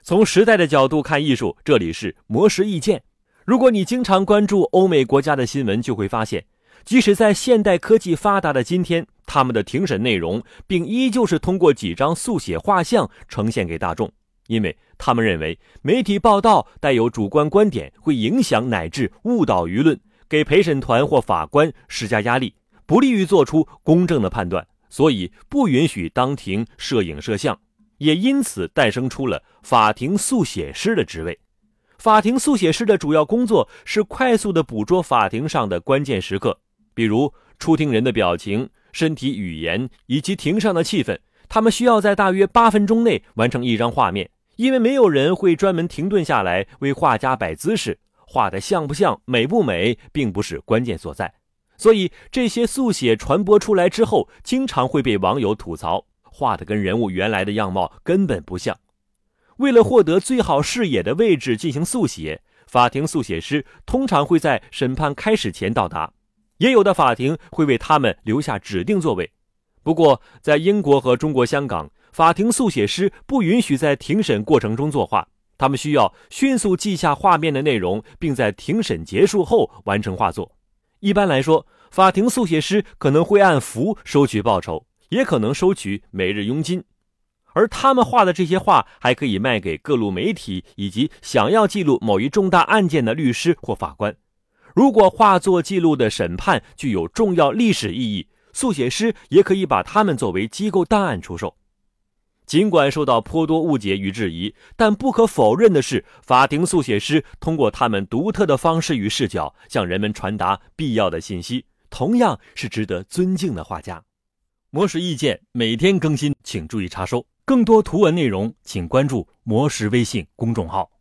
从时代的角度看艺术，这里是魔石意见。如果你经常关注欧美国家的新闻，就会发现，即使在现代科技发达的今天，他们的庭审内容并依旧是通过几张速写画像呈现给大众，因为他们认为媒体报道带有主观观点会影响乃至误导舆论，给陪审团或法官施加压力，不利于做出公正的判断，所以不允许当庭摄影摄像，也因此诞生出了法庭速写师的职位。法庭速写师的主要工作是快速地捕捉法庭上的关键时刻，比如出庭人的表情、身体语言以及庭上的气氛，他们需要在大约8分钟内完成一张画面，因为没有人会专门停顿下来为画家摆姿势，画得像不像、美不美并不是关键所在。所以这些速写传播出来之后，经常会被网友吐槽，画得跟人物原来的样貌根本不像。为了获得最好视野的位置进行速写，法庭速写师通常会在审判开始前到达，也有的法庭会为他们留下指定座位。不过在英国和中国香港，法庭速写师不允许在庭审过程中作画，他们需要迅速记下画面的内容，并在庭审结束后完成画作。一般来说，法庭速写师可能会按幅收取报酬，也可能收取每日佣金。而他们画的这些画还可以卖给各路媒体以及想要记录某一重大案件的律师或法官。如果画作记录的审判具有重要历史意义，速写师也可以把它们作为机构档案出售。尽管受到颇多误解与质疑，但不可否认的是，法庭速写师通过他们独特的方式与视角向人们传达必要的信息，同样是值得尊敬的画家。魔石意见每天更新，请注意查收。更多图文内容请关注魔石微信公众号。